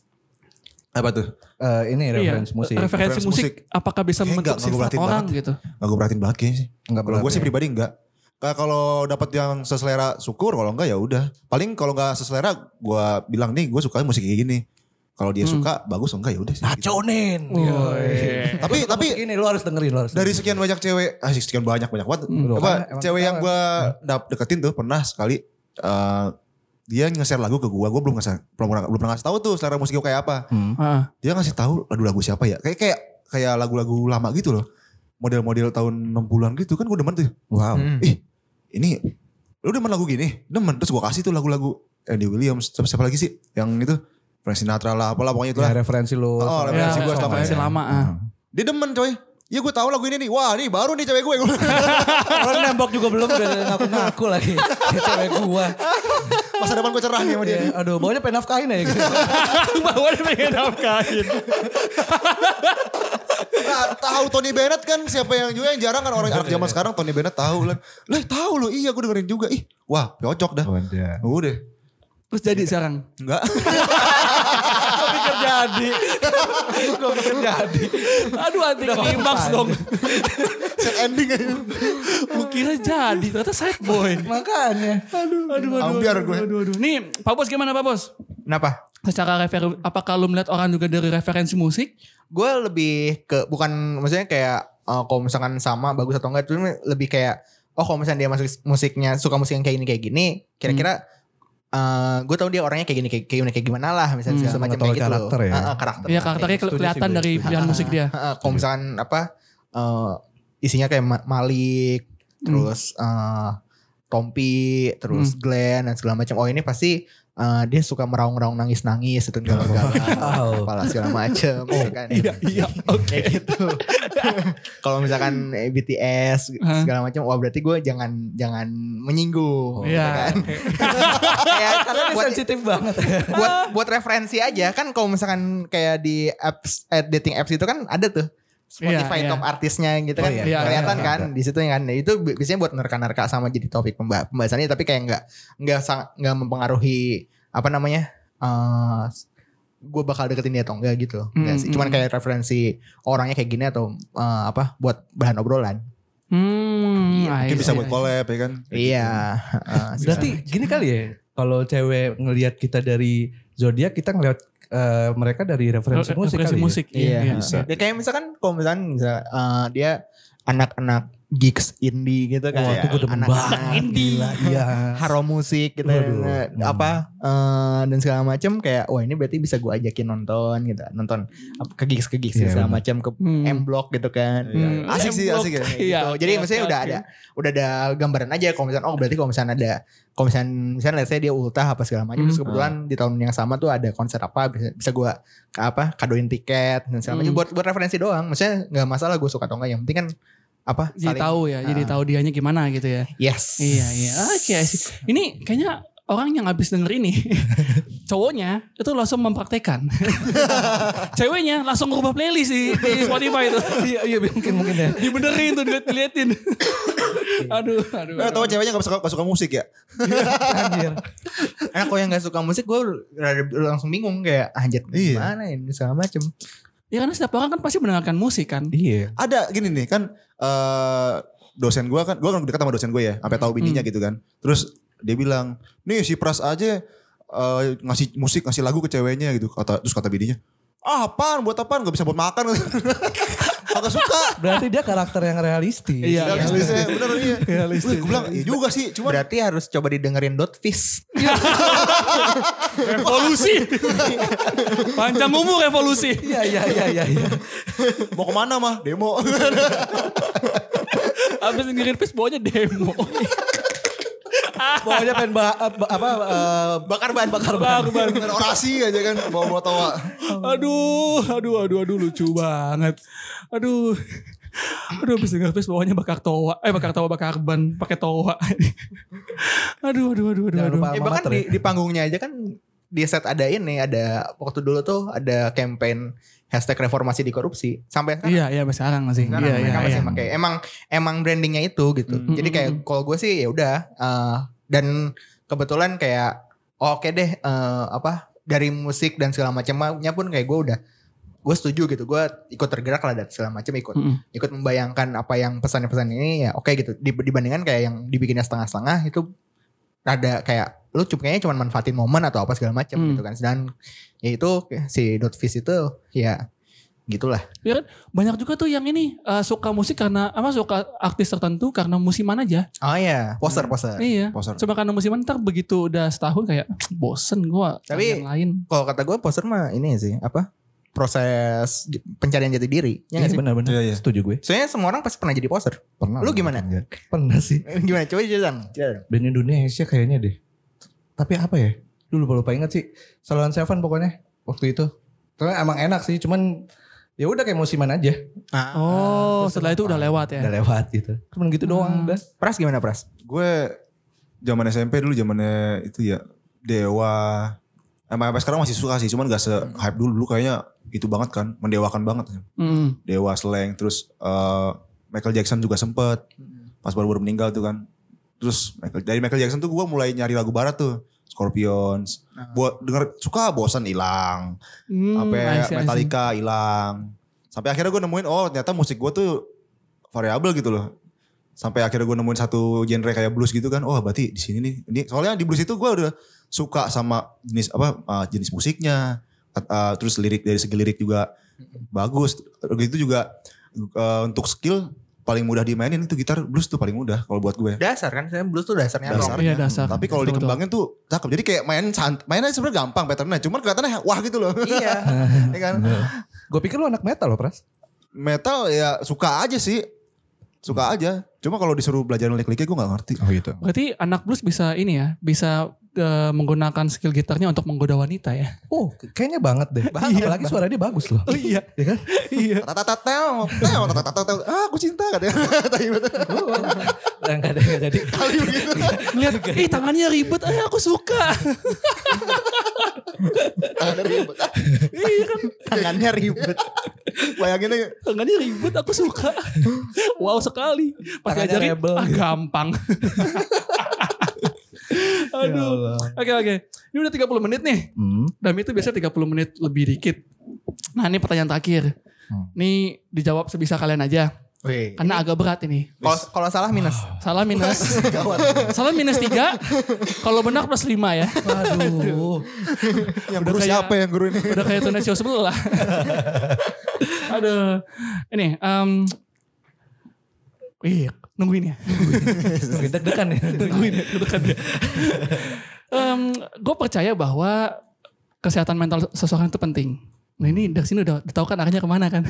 Apa tuh? Ini referensi musik. Referensi musik apakah bisa membentuk sifat orang gitu? Gak gue perhatiin banget kayaknya sih. Kalau gue sih pribadi enggak. Kalau dapat yang seselera syukur, kalau enggak ya udah. Paling kalau enggak seselera gue bilang nih gue suka musik kayak gini. Kalau dia suka bagus atau enggak ya udah sih. Racunin. Tapi ini lu harus dengerin. Dari sekian banyak cewek, sekian banyak banget. Cewek yang gue deketin tuh pernah sekali dia nge-share lagu ke gue belum pernah ngasih tahu tuh selera musik gue kayak apa. Dia ngasih tahu lagu siapa ya? Kayak lagu-lagu lama gitu loh. Model-model tahun 60-an gitu kan gue demen tuh. Wow. Ini lu demen lagu gini? Demen. Terus gue kasih tuh lagu-lagu Andy Williams, siapa lagi sih yang itu? Frank Sinatra lah, apalah pokoknya itulah. Ya, referensi lu. Referensi gue selama ini. Lama. Dia demen coy. Ya gue tahu lagu ini nih. Wah ini baru nih cewek gue. Orang nembak juga belum udah ngaku-ngaku lagi. Cewek gue. Masa depan gue cerah nih sama dia. Aduh baunya pengen nafkahin ya. Gitu. Baunya pengen nafkahin. Nah, tahu Tony Bennett kan siapa yang juga yang jarang kan orang anak zaman sekarang Tony Bennett tahu lah. Lah tahu loh iya gue dengerin juga. Wah cocok dah. Udah. Terus jadi sekarang? Enggak. Gue pikir jadi. Aduh anti klimaks dong. Set ending aja. Gue kira jadi. Ternyata sad boy. Makanya. Aduh. Ambiar gue. Nih Pak Bos gimana Pak Bos? Kenapa? Secara apakah lu melihat orang juga dari referensi musik? Gue lebih ke bukan maksudnya kayak kalau misalkan sama bagus atau enggak itu lebih kayak kalau misalnya dia masuk musiknya suka musik yang kayak gini kira-kira gue tahu dia orangnya kayak gimana lah misalnya segala macam kayak gitu karakter ya. Karakter. Iya karakternya kelihatan dari pilihan musik dia. Kalau misalkan isinya kayak Malik, terus Tompi, terus Glenn dan segala macam. Oh ini pasti dia suka meraung-raung nangis-nangis itu galau-galau, kepala segala macam. Kan? Iya. Oke. Gitu. Kalau misalkan BTS segala macam, wah berarti gue jangan menyinggung. Iya. Kan? Karena dia sensitif banget. buat referensi aja kan kalau misalkan kayak di apps dating apps itu kan ada tuh. Spotify top artisnya gitu kan kelihatan kan di situ kan. Nah, itu biasanya buat nerka-nerka sama jadi topik pembahasannya tapi kayak nggak mempengaruhi apa namanya gue bakal deketin dia atau enggak gitu. Enggak sih. Cuman kayak referensi orangnya kayak gini atau buat bahan obrolan. Mungkin bisa buat collab ya kan. Iya. Berarti gini kali ya. Kalau cewek ngelihat kita dari zodiak kita ngelihat mereka dari referensi musik. Iya. Dia kayak misalkan kalau misalkan dia anak-anak gigs indie gitu kan. Itu gue demen banget. Indie. Iya. Haro musik gitu. Dan segala macam kayak wah ini berarti bisa gue ajakin nonton gitu. Nonton ke gigs segala macam ke M-Block gitu kan. Asik sih ya. Gitu. Jadi maksudnya udah ada gambaran aja kalau misalnya berarti kalau misalnya let's say dia ultah apa segala macam terus kebetulan di tahun yang sama tuh ada konser apa bisa gue kadoin tiket dan segala macam buat referensi doang. Maksudnya enggak masalah gue suka atau enggak yang penting kan jadi tahu ya, jadi tahu dianya gimana gitu ya. Yes. Iya. Oke. Ini kayaknya orang yang habis denger ini cowoknya itu langsung mempraktekkan. Ceweknya langsung ngubah playlist di Spotify itu. Iya mungkin ya. Dibenerin tuh diliatin. Aduh. Tahu ceweknya gak suka musik ya? Anjir. Kalau yang gak suka musik gue langsung bingung kayak anjir gimana ini segala macem. Ya karena setiap orang kan pasti mendengarkan musik kan. Iya. Ada gini nih kan dosen gue kan dekat sama dosen gue ya sampai tahu bininya gitu kan. Terus dia bilang nih si Pras aja ngasih lagu ke ceweknya gitu. Terus kata bininya apaan buat apaan gak bisa buat makan. Agak suka. Berarti dia karakter yang realistis. Iya realistis. Bener iya. Realistis. Gue bilang iya juga sih. Cuman berarti harus coba didengerin Dotfish. Revolusi. Panjang umur revolusi. Iya. Mau kemana mah? Demo. Abis dengerin Fish bawanya demo. Pokoknya pengen bakar ban. Dengan orasi aja kan bawa toa. Aduh lucu banget. Aduh habis denger Fish bawanya bakar ban pakai toa. Aduh. Bahkan di panggungnya aja kan di set ada waktu dulu tuh ada campaign #reformasi di korupsi sampai sekarang. Iya sampai sekarang masih. Mereka masih pakai. Emang brandingnya itu gitu. Jadi kayak kalau gue sih ya udah dan kebetulan kayak oke deh dari musik dan segala macamnya pun kayak gue setuju gitu. Gue ikut tergerak lah dan segala macam ikut membayangkan apa yang pesan-pesan ini ya oke gitu. Dibandingkan kayak yang dibikinnya setengah-setengah itu rada kayak lu kayaknya cuma manfaatin momen atau apa segala macam gitu kan. Dan ya itu si Dotfish itu ya gitulah. Ya kan banyak juga tuh yang ini suka musik karena suka artis tertentu karena musiman aja. Oh iya, poster. Iya. Coba karena musiman ntar begitu udah setahun kayak bosen gua. Tapi yang lain. Kalau kata gue poster mah ini sih proses pencarian jati diri. Ya Iya benar-benar. Iya. Setuju gue. Soalnya semua orang pasti pernah jadi poster. Pernah. Lu gimana? Pernah sih. Gimana? Coba jelasin. Band Indonesia kayaknya deh. Tapi apa ya? Dulu lupa ingat sih. Salon Seven pokoknya waktu itu. Karena emang enak sih, cuman ya udah kayak musiman aja. Setelah itu udah lewat ya. Udah lewat gitu. Cuman gitu doang udah. Pras gimana Pras? Gue zaman SMP dulu zamannya itu ya Dewa. Emang sampai sekarang masih suka sih, cuman gak se-hype dulu. Dulu kayaknya itu banget kan, mendewakan banget. Dewa, Slank, terus Michael Jackson juga sempet. Pas baru-baru meninggal tuh kan. Terus dari Michael Jackson tuh gue mulai nyari lagu barat tuh. Scorpions. Buat denger suka bosan hilang. Sampai Metallica hilang. Sampai akhirnya gue nemuin ternyata musik gue tuh variabel gitu loh. Sampai akhirnya gue nemuin satu genre kayak blues gitu kan. Berarti di sini nih. Soalnya di blues itu gue udah suka sama jenis musiknya. Terus dari segi lirik juga bagus. Gitu juga untuk skill paling mudah dimainin itu gitar blues tuh paling mudah kalau buat gue. Dasar kan, saya blues tuh dasarnya. Iya dasar. Tapi kalau dikembangin tuh cakep. Jadi kayak mainnya sebenarnya gampang patternnya. Cuman kelihatannya wah gitu loh. Iya. Ya kan? Gue pikir lu anak metal loh Pras. Metal ya suka aja sih. Suka aja. Cuma kalau disuruh belajar lick-licknya gue gak ngerti. Oh gitu. Berarti anak blues bisa ini ya. Bisa menggunakan skill gitarnya untuk menggoda wanita ya. Kayaknya banget deh. Apalagi suara dia bagus loh. Iya. Ya kan? Iya. Aku cinta katanya. Enggak jadi. Kali begitu. Lihat, tangannya ribet, aku suka. Tangannya ribet. Iya kan. Tangannya ribet. Bayangin aja. Tangannya ribet, aku suka. Wow sekali. Pas diajarin, gampang. Aduh. Oke. Ini udah 30 menit nih. Dan itu biasa 30 menit lebih dikit. Nah ini pertanyaan terakhir. Ini dijawab sebisa kalian aja. Karena agak berat ini. Kalau salah minus. Salah minus. Salah minus 3. Kalau benar plus 5 ya. Waduh. Yang guru siapa yang guru ini? Udah kayak Tuna Show sebelah. Aduh. Ini. Nungguin ya. Deg-degan ya. Deg-degan ya. Gue percaya bahwa kesehatan mental seseorang itu penting. Nah ini dari sini udah tahu kan arahnya kemana kan.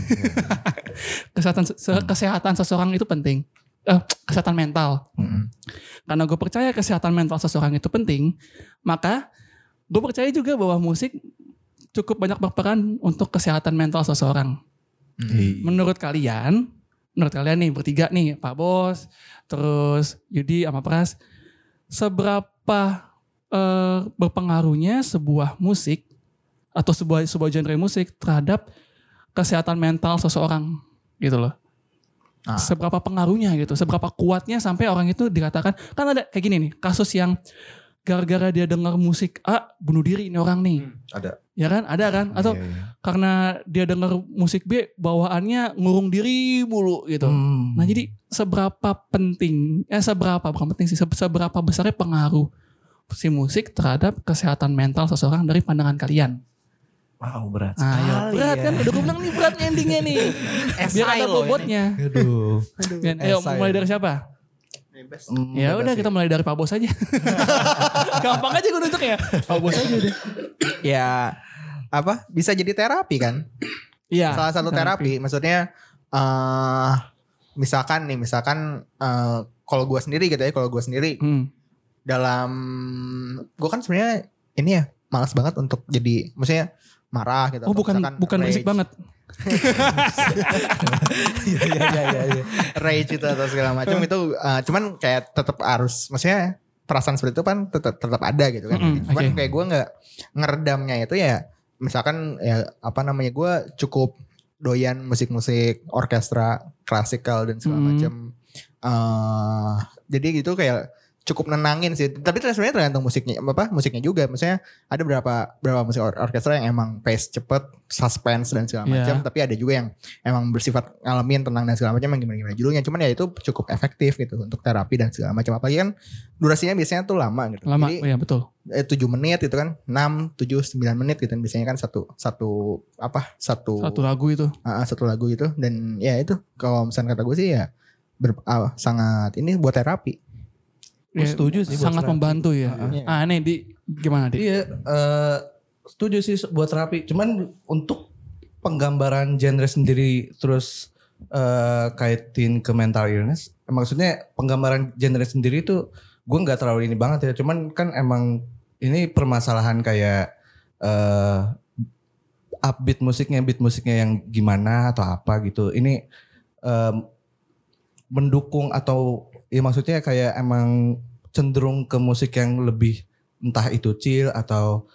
Kesehatan seseorang itu penting. Kesehatan mental. Karena gue percaya kesehatan mental seseorang itu penting. Maka gue percaya juga bahwa musik cukup banyak berperan untuk kesehatan mental seseorang. Menurut kalian nih bertiga nih, Pak Bos, terus Yudi sama Pras, seberapa berpengaruhnya sebuah musik atau sebuah genre musik terhadap kesehatan mental seseorang gitu loh. Seberapa pengaruhnya gitu, seberapa kuatnya sampai orang itu dikatakan, kan ada kayak gini nih, kasus yang gara-gara dia dengar musik A bunuh diri ini orang nih. Ada. Ya kan? Ada kan? Atau karena dia dengar musik B bawaannya ngurung diri mulu gitu. Nah jadi seberapa besarnya pengaruh si musik terhadap kesehatan mental seseorang dari pandangan kalian? Wow berat sekali. Berat kan? Udah gue bilang nih berat endingnya nih. Biar ada bobotnya. Aduh. Ayo mulai dari siapa? Ya udah kita mulai dari Pak Bos aja. Gampang aja gue nunjuk ya. Pak Bos aja deh. Ya bisa jadi terapi kan? Iya. Salah satu terapi. Maksudnya misalkan kalau gue sendiri gitu ya, dalam gue kan sebenarnya ini ya malas banget untuk jadi, maksudnya marah gitu. Bukan musik banget. Iya. Rage itu atau segala macam itu cuman kayak tetap harus, maksudnya perasaan seperti itu kan tetap ada gitu kan. Cuman kayak gue nggak ngeredamnya itu ya, misalkan ya gue cukup doyan musik-musik orkestra klasikal dan segala macam. Jadi gitu kayak cukup nenangin sih. Tapi sebenarnya tergantung musiknya juga. Maksudnya ada berapa musik orkestra yang emang pace cepet, suspense dan segala macam. Tapi ada juga yang emang bersifat ngalamin, tenang dan segala macam, yang gimana judulnya. Cuman ya itu cukup efektif gitu untuk terapi dan segala macam. Apalagi kan durasinya biasanya tuh lama gitu. Lama, jadi, ya betul. 7 menit gitu kan, 6, 7, 9 menit gitu. Biasanya kan satu lagu itu. Satu lagu itu. Dan ya itu kalau misalnya kata gue sih ya sangat ini buat terapi. Ya, setuju sih, sangat membantu ya. Nih gimana Di? Iya, setuju sih buat terapi. Cuman untuk penggambaran genre sendiri terus kaitin ke mental illness, maksudnya penggambaran genre sendiri itu gue nggak terlalu ini banget ya. Cuman kan emang ini permasalahan kayak beat musiknya yang gimana atau apa gitu. Ini mendukung atau ya maksudnya kayak emang cenderung ke musik yang lebih entah itu chill atau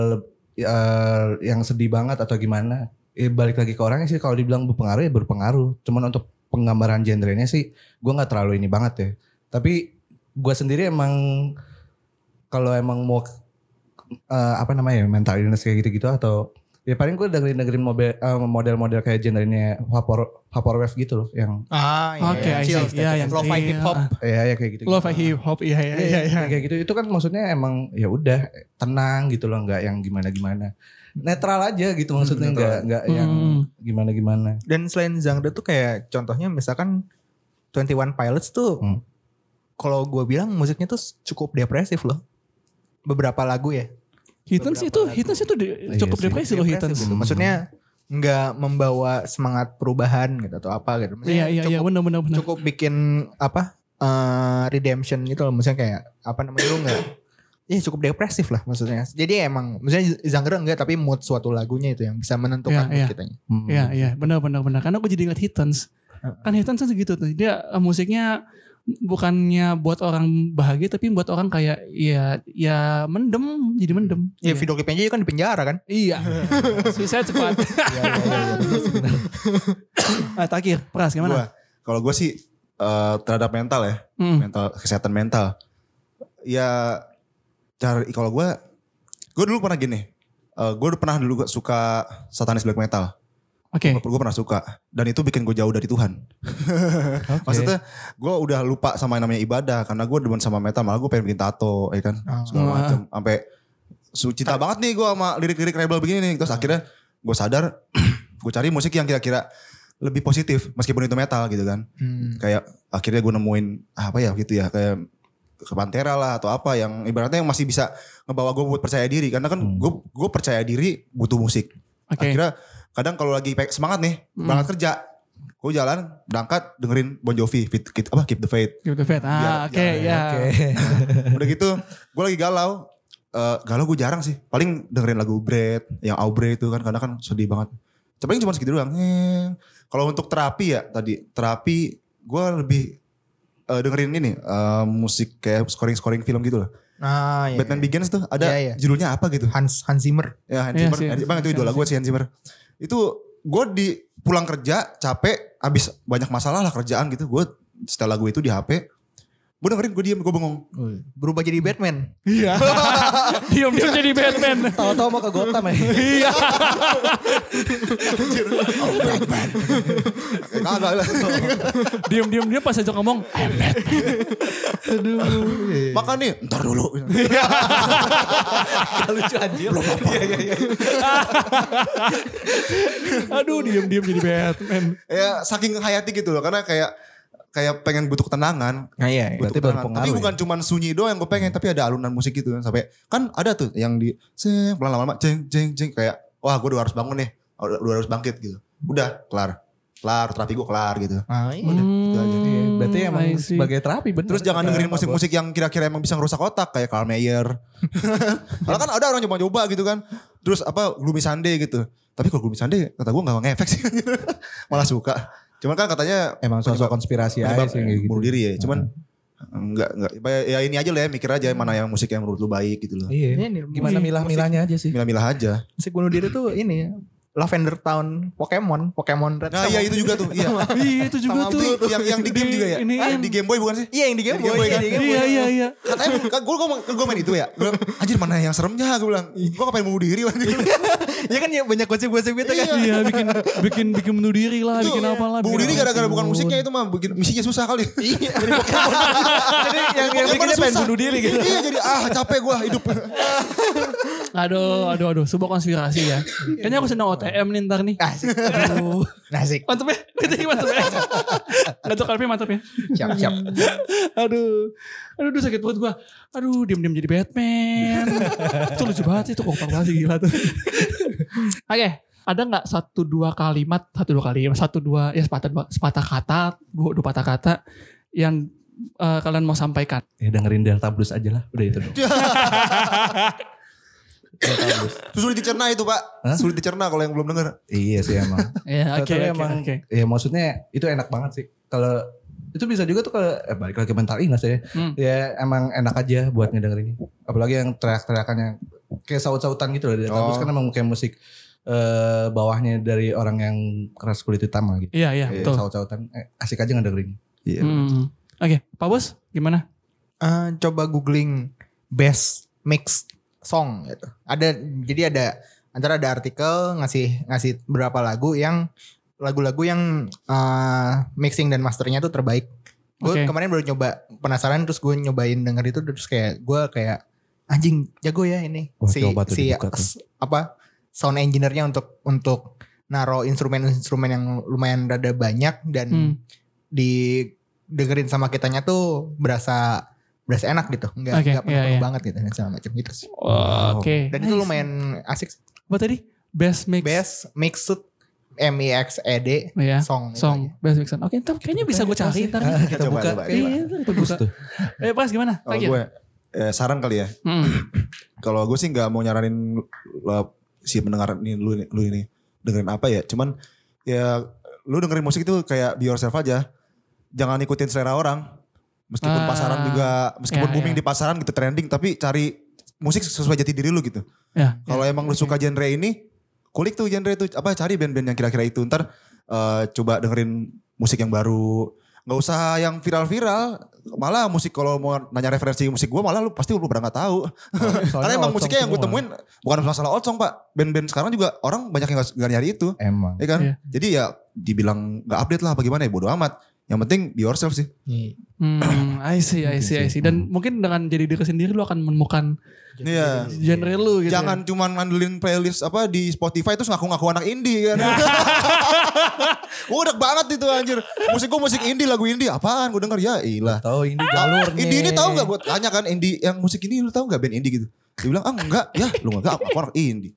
yang sedih banget atau gimana. Balik lagi ke orangnya sih, kalau dibilang berpengaruh ya berpengaruh. Cuman untuk penggambaran genrenya sih gue gak terlalu ini banget ya. Tapi gue sendiri emang kalau emang mau mental illness kayak gitu-gitu atau ya paling gue dengerin model-model kayak genrenya vaporwave gitu loh yang yang lo-fi hip hop. Ya kayak gitu. Lo-fi hip hop iya. Kayak gitu. Itu kan maksudnya emang ya udah tenang gitu loh, enggak yang gimana-gimana. Netral aja gitu maksudnya, enggak yang gimana-gimana. Dan selain genre tuh kayak contohnya misalkan 21 Pilots tuh kalau gue bilang musiknya tuh cukup depresif loh. Beberapa lagu ya. Hitens itu cukup depresi loh Hitens. Gitu. Maksudnya nggak membawa semangat perubahan gitu atau apa gitu. Iya benar. Cukup bikin redemption gitu loh. Maksudnya kayak lu nggak? Ya cukup depresif lah maksudnya. Jadi emang maksudnya genre enggak, tapi mood suatu lagunya itu yang bisa menentukan mood kitanya. Iya benar. Karena aku jadi ingat Hitens. Kan Hitens kan segitu tuh. Dia musiknya bukannya buat orang bahagia tapi buat orang kayak ya mendem, jadi mendem. Ya video klipnya aja kan di penjara kan? Iya. Susah cepat. Takir, Pras gimana? Kalau gue sih terhadap mental ya, kesehatan mental. Ya kalau gue dulu pernah gini. Gue pernah dulu suka satanis black metal. Oke. Gue pernah suka. Dan itu bikin gue jauh dari Tuhan. Maksudnya gue udah lupa sama yang namanya ibadah. Karena gue demen sama metal. Malah gue pengen bikin tato. Ya kan. Segala macam. Sampai cinta banget nih gue sama lirik-lirik rebel begini nih. Terus akhirnya gue sadar. Gue cari musik yang kira-kira lebih positif. Meskipun itu metal gitu kan. Kayak akhirnya gue nemuin apa ya gitu ya. Kayak ke Pantera lah atau apa. Yang ibaratnya yang masih bisa ngebawa gue buat percaya diri. Karena kan gue percaya diri butuh musik. Akhirnya kadang kalau lagi semangat nih, berangkat kerja, gue jalan, berangkat dengerin Bon Jovi, Keep the Faith. Keep the Faith, oke. Udah gitu, gue lagi galau gue jarang sih, paling dengerin lagu Bread, yang Aubrey itu kan, karena kan sedih banget. Paling cuma segitu doang. Kalau untuk terapi gue lebih dengerin ini, musik kayak scoring film gitu loh. Batman Begins tuh ada judulnya apa gitu? Hans Zimmer. Ya Hans Zimmer. Bang itu idola gue sih Hans Zimmer. Itu gue di pulang kerja capek, abis banyak masalah lah kerjaan gitu. Gue setelah lagu itu di HP, gue dengerin, gue diem, gue bengong. Berubah jadi Batman. Iya. Diam jadi Batman. Tahu-tahu mau ke Gotham ya. Iya. Batman. Kagak lah. Diam dia pas aja ngomong, I'm Batman. Aduh. Makan nih, ntar dulu. Lucu anjir. Iya. Aduh, diam jadi Batman. Ya saking hayati gitu loh, karena kayak pengen butuh ketenangan. Berarti berpengaruh. Tapi bukan cuma sunyi doang yang gue pengen, tapi ada alunan musik gitu kan. Sampai kan ada tuh yang di pelan lama-lama jeng kayak wah gue udah harus bangun nih, udah harus bangkit gitu. Udah kelar terapi gue kelar gitu. Udah gitu aja. Berarti emang sebagai terapi bener. Terus jangan dengerin musik-musik yang kira-kira emang bisa ngerusak otak kayak Karl Mayer. Karena kan ada orang coba-coba gitu kan. Terus Gloomy Sunday gitu. Tapi kalau Gloomy Sunday kata gue gak ngefek sih. Malah suka. Cuman kan katanya emang sosok konspirasi aja sih gitu. Bunuh diri ya. Cuman enggak ya ini aja lah ya, mikir aja mana yang musik yang menurut lu baik gitu loh. Iya. Gimana milah-milahnya aja sih. Milah-milah aja. Musik bunuh diri tuh ini Lavender Town Pokemon Red. Nah iya itu juga tuh. Iya. Iya itu juga tuh. Yang di game juga ya. Yang di Game Boy bukan sih? Iya yang di Game Boy. Iya. Katanya gue main itu ya. Gue bilang anjir mana yang seremnya, gue bilang. Gue ngapain bunuh diri. Iya kan ya banyak gosip-gosip gitu kan. Iya bikin bunuh diri lah, bikin apa lah. Bunuh diri gara-gara bukan musiknya itu mah, bikin misinya susah kali. Iya. Jadi yang bikinnya pengen bunuh diri gitu. Iya jadi capek gue hidup. Aduh, sebuah konspirasi ya. Kayaknya aku sedang OTM nih ntar nih. Asik. Mantep ya. Mantep ya. Gak tuh kalpi mantep ya. Siap. Aduh sakit perut gue. Aduh diam-diam jadi Batman. Itu lucu banget itu kompak banget sih, gila tuh. Oke. Ada gak sepatah kata yang kalian mau sampaikan? Ya dengerin Delta Blues aja lah. Udah itu dong. Sulit dicerna itu Pak. Sulit dicerna kalau yang belum denger. Iya sih emang. Iya oke. Ya maksudnya itu enak banget sih. Kalau itu bisa juga tuh kalau balik lagi mental illness ya. Ya emang enak aja buat ngedengerin ini. Apalagi yang teriak-teriakannya kayak saut-sautan gitu loh. Terus kan emang kayak musik bawahnya dari orang yang keras kulit hitam gitu. Iya betul. Saut-sautan asik aja ngedengerin. Iya. Oke, Pak Bos gimana? Coba googling best mix song gitu. Jadi ada artikel ngasih beberapa lagu-lagu yang mixing dan masternya tuh terbaik. Gue kemarin baru nyoba, penasaran terus gue nyobain denger itu terus kayak gue kayak anjing jago ya ini. Sound engineer-nya untuk naro instrumen-instrumen yang lumayan rada banyak dan didengerin sama kitanya tuh berasa enak gitu, nggak penuh banget gitu dan segala macam gitu sih. Oke. Dan itu lumayan asik. Apa tadi? Best mixed MIXED song. Best mixed. Oke, ntar kayaknya bisa gue cari ntar. Kita buka. Iya, bagus tuh. Pas gimana? Kalau gue saran kali ya. Kalau gue sih nggak mau nyaranin si pendengar ini lu ini dengerin apa ya. Cuman ya lu dengerin musik itu kayak be yourself aja. Jangan ikutin selera orang. Meskipun pasaran juga, booming di pasaran gitu trending, tapi cari musik sesuai jati diri lu gitu. Kalau emang lu suka genre ini, kulik tuh genre itu, cari band-band yang kira-kira itu. Ntar coba dengerin musik yang baru. Gak usah yang viral-viral. Malah musik kalau mau nanya referensi musik gue, malah lu pasti berangkat tahu. Karena emang musiknya yang gue temuin bukan masalah old song Pak. Band-band sekarang juga orang banyak yang gak nyari itu. Emang. Ya kan? Iya. Jadi ya dibilang gak update lah bagaimana ya, bodo amat. Yang penting be yourself sih. I see. Dan mungkin dengan jadi diri sendiri lu akan menemukan genre lu gitu. Jangan cuma ngandelin playlist di Spotify terus ngaku-ngaku anak indie kan. Udah banget itu anjir. Musik gue musik indie, lagu indie apaan gue denger ya ilah. Tahu indie jalurnya. Indie ini tahu enggak buat tanya kan indie yang musik ini lu tahu enggak band indie gitu. Dia bilang enggak ya lu enggak aku anak indie.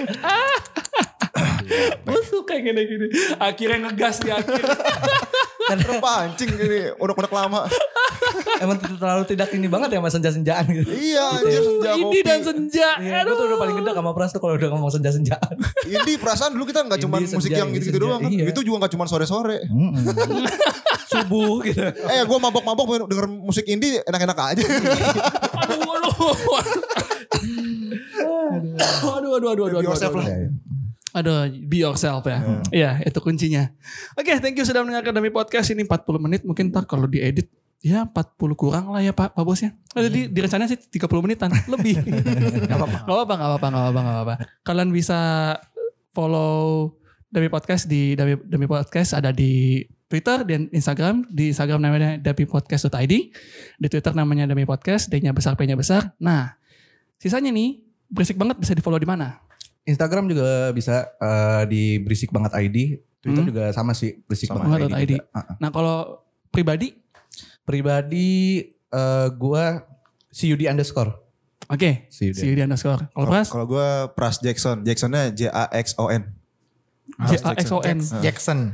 Gue suka gini-gini. Akhirnya ngegas di akhir. Terpancing gini unek-unek lama. Emang terlalu tidak ini banget ya sama senja-senjaan gitu. Iya anjir senja kopi. Indie dan senja. Gue tuh udah paling gede sama Pras tuh kalau udah ngomong senja-senjaan. Indie perasaan dulu kita gak cuma musik yang gitu-gitu doang kan. Itu juga gak cuma sore-sore. Subuh gitu. Gue mabok-mabok denger musik indie enak-enak aja. Aduh. Aduh, be yourself ya. Iya, itu kuncinya. Oke, thank you sudah mendengarkan Dami Podcast ini 40 menit. Mungkin ntar kalau diedit ya 40 kurang lah ya Pak Bos ya. Jadi direncanain sih 30 menitan lebih. Gak apa-apa. Kalian bisa follow Dami Podcast di Dami Podcast ada di Twitter dan Instagram. Di Instagram namanya damipodcast.id. Di Twitter namanya Dami Podcast, D-nya besar, P-nya besar. Nah, sisanya nih berisik banget bisa di follow di mana? Instagram juga bisa di berisik banget ID. Twitter juga sama sih berisik banget ID. Nah kalau pribadi gue CUD_. Oke. CUD_. Kalau Pras? Kalau gue Pras Jackson. Jacksonnya JAXON. Jackson.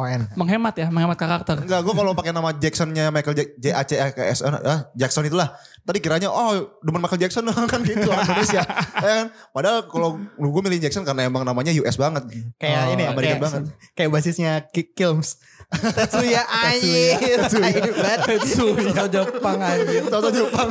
Menghemat karakter. Enggak, gue kalau pakai nama Jacksonnya Michael Jackson itulah. Tadi kiranya demen Michael Jackson kan gitu orang Indonesia. Ya kan? Padahal kalau gue milih Jackson karena emang namanya US banget. Kayak ini ya, American banget. Kayak basisnya Kilms. Tetsuya anjir. Tetsuya Jepang anjir. Tahu Jepang.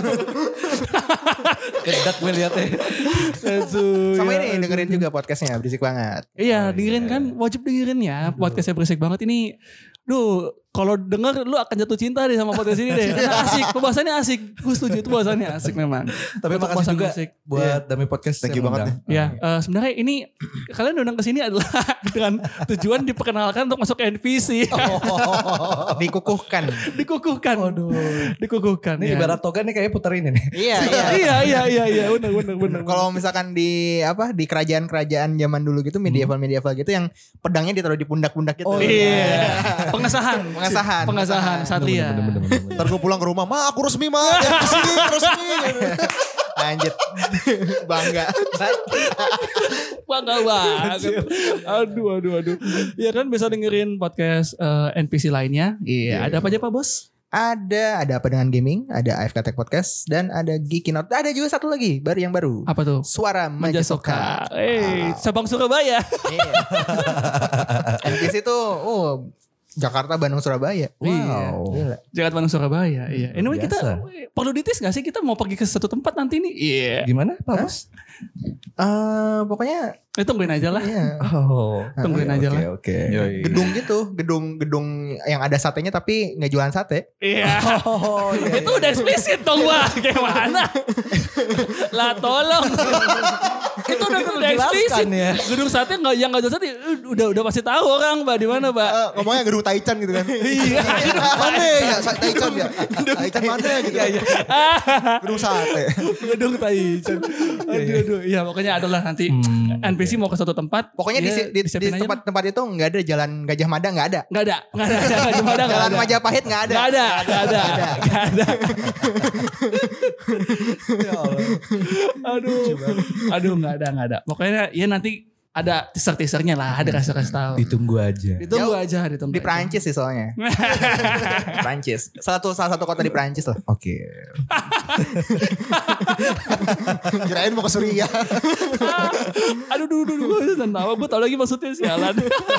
Kedak gue liatnya. Sama ini dengerin juga podcastnya, berisik banget. Iya, dengerin kan, wajib dengerin ya. Podcastnya berisik banget ini. Duh, kalau denger lu akan jatuh cinta deh sama podcast ini deh. Karena asik, pembahasannya asik. Gue setuju itu bahasannya asik memang. Tapi makasih juga buat Dami Podcast. Thank you banget nih. Ya, sebenarnya ini kalian diundang ke sini adalah dengan tujuan diperkenalkan untuk masuk ke NPC. Dikukuhkan. Waduh. Dikukuhkan. Ini ibarat toga nih kayak puter ini nih. Iya, benar. Kalau misalkan di kerajaan-kerajaan zaman dulu gitu, medieval gitu yang pedangnya ditaruh di pundak-pundak gitu. Iya. Pengesahan satria. Ntar gue pulang ke rumah, aku resmi resmi. Lanjut. Bangga banget. Aduh. Ya kan bisa dengerin podcast NPC lainnya. Iya. Ada apa aja Pak Bos? Ada apa dengan gaming, ada AFK Tech Podcast, dan ada Geeky Not. Ada juga satu lagi yang baru. Apa tuh? Suara Majasoka. Sabang Surabaya. NPC tuh Jakarta, Bandung, Surabaya. Wow. Jakarta, Bandung, Surabaya. Iya. Anyway kita perlu ditis gak sih kita mau pergi ke satu tempat nanti nih? Iya. Gimana Pak Bos? Pokoknya tungguin aja lah. Iya. Tungguin aja lah. Oke. Gedung gitu, gedung yang ada satenya tapi nggak jualan sate. Iya. Itu udah eksplisit dong Wah. Kayak mana? Lah tolong. Itu udah eksplisit ya. Gedung sate yang nggak jual sate udah pasti tahu orang Mbak di mana Mbak. Ngomongnya gedung Taichan gitu kan. Iya. Mana ya Taichan ya? Taichan mana gitu. Gedung sate. Gedung Taichan. Aduh. Ya pokoknya adalah nanti NPC mau ke suatu tempat. Pokoknya di tempat itu nggak ada jalan Gajah Mada, nggak ada. Nggak ada. Jalan Majapahit nggak ada. Nggak ada. Ya Allah. Aduh nggak ada. Pokoknya ya nanti ada teaser-teasernya lah, ada kasih tahu. Ditunggu aja. Di Prancis sih soalnya. Prancis. Salah satu kota di Prancis loh. Oke. Kirain mau ke Suriah. Aduh, gue tau lagi maksudnya sialan.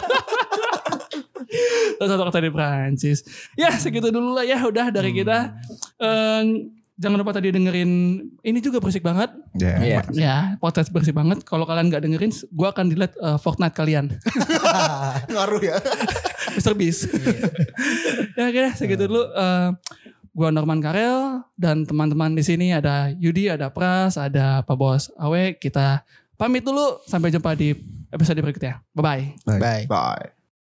Satu kota di Prancis. Ya segitu dulu lah ya, udah dari kita. Jangan lupa tadi dengerin, ini juga berisik banget. Ya, podcast berisik banget. Kalau kalian gak dengerin, gue akan delete Fortnite kalian. Ngaruh ya. Mr. Beast. Ya oke, segitu dulu. Gue Norman Karel dan teman-teman di sini ada Yudi, ada Pras, ada Pak Bos Awe. Kita pamit dulu, sampai jumpa di episode berikutnya. Bye-bye. Bye.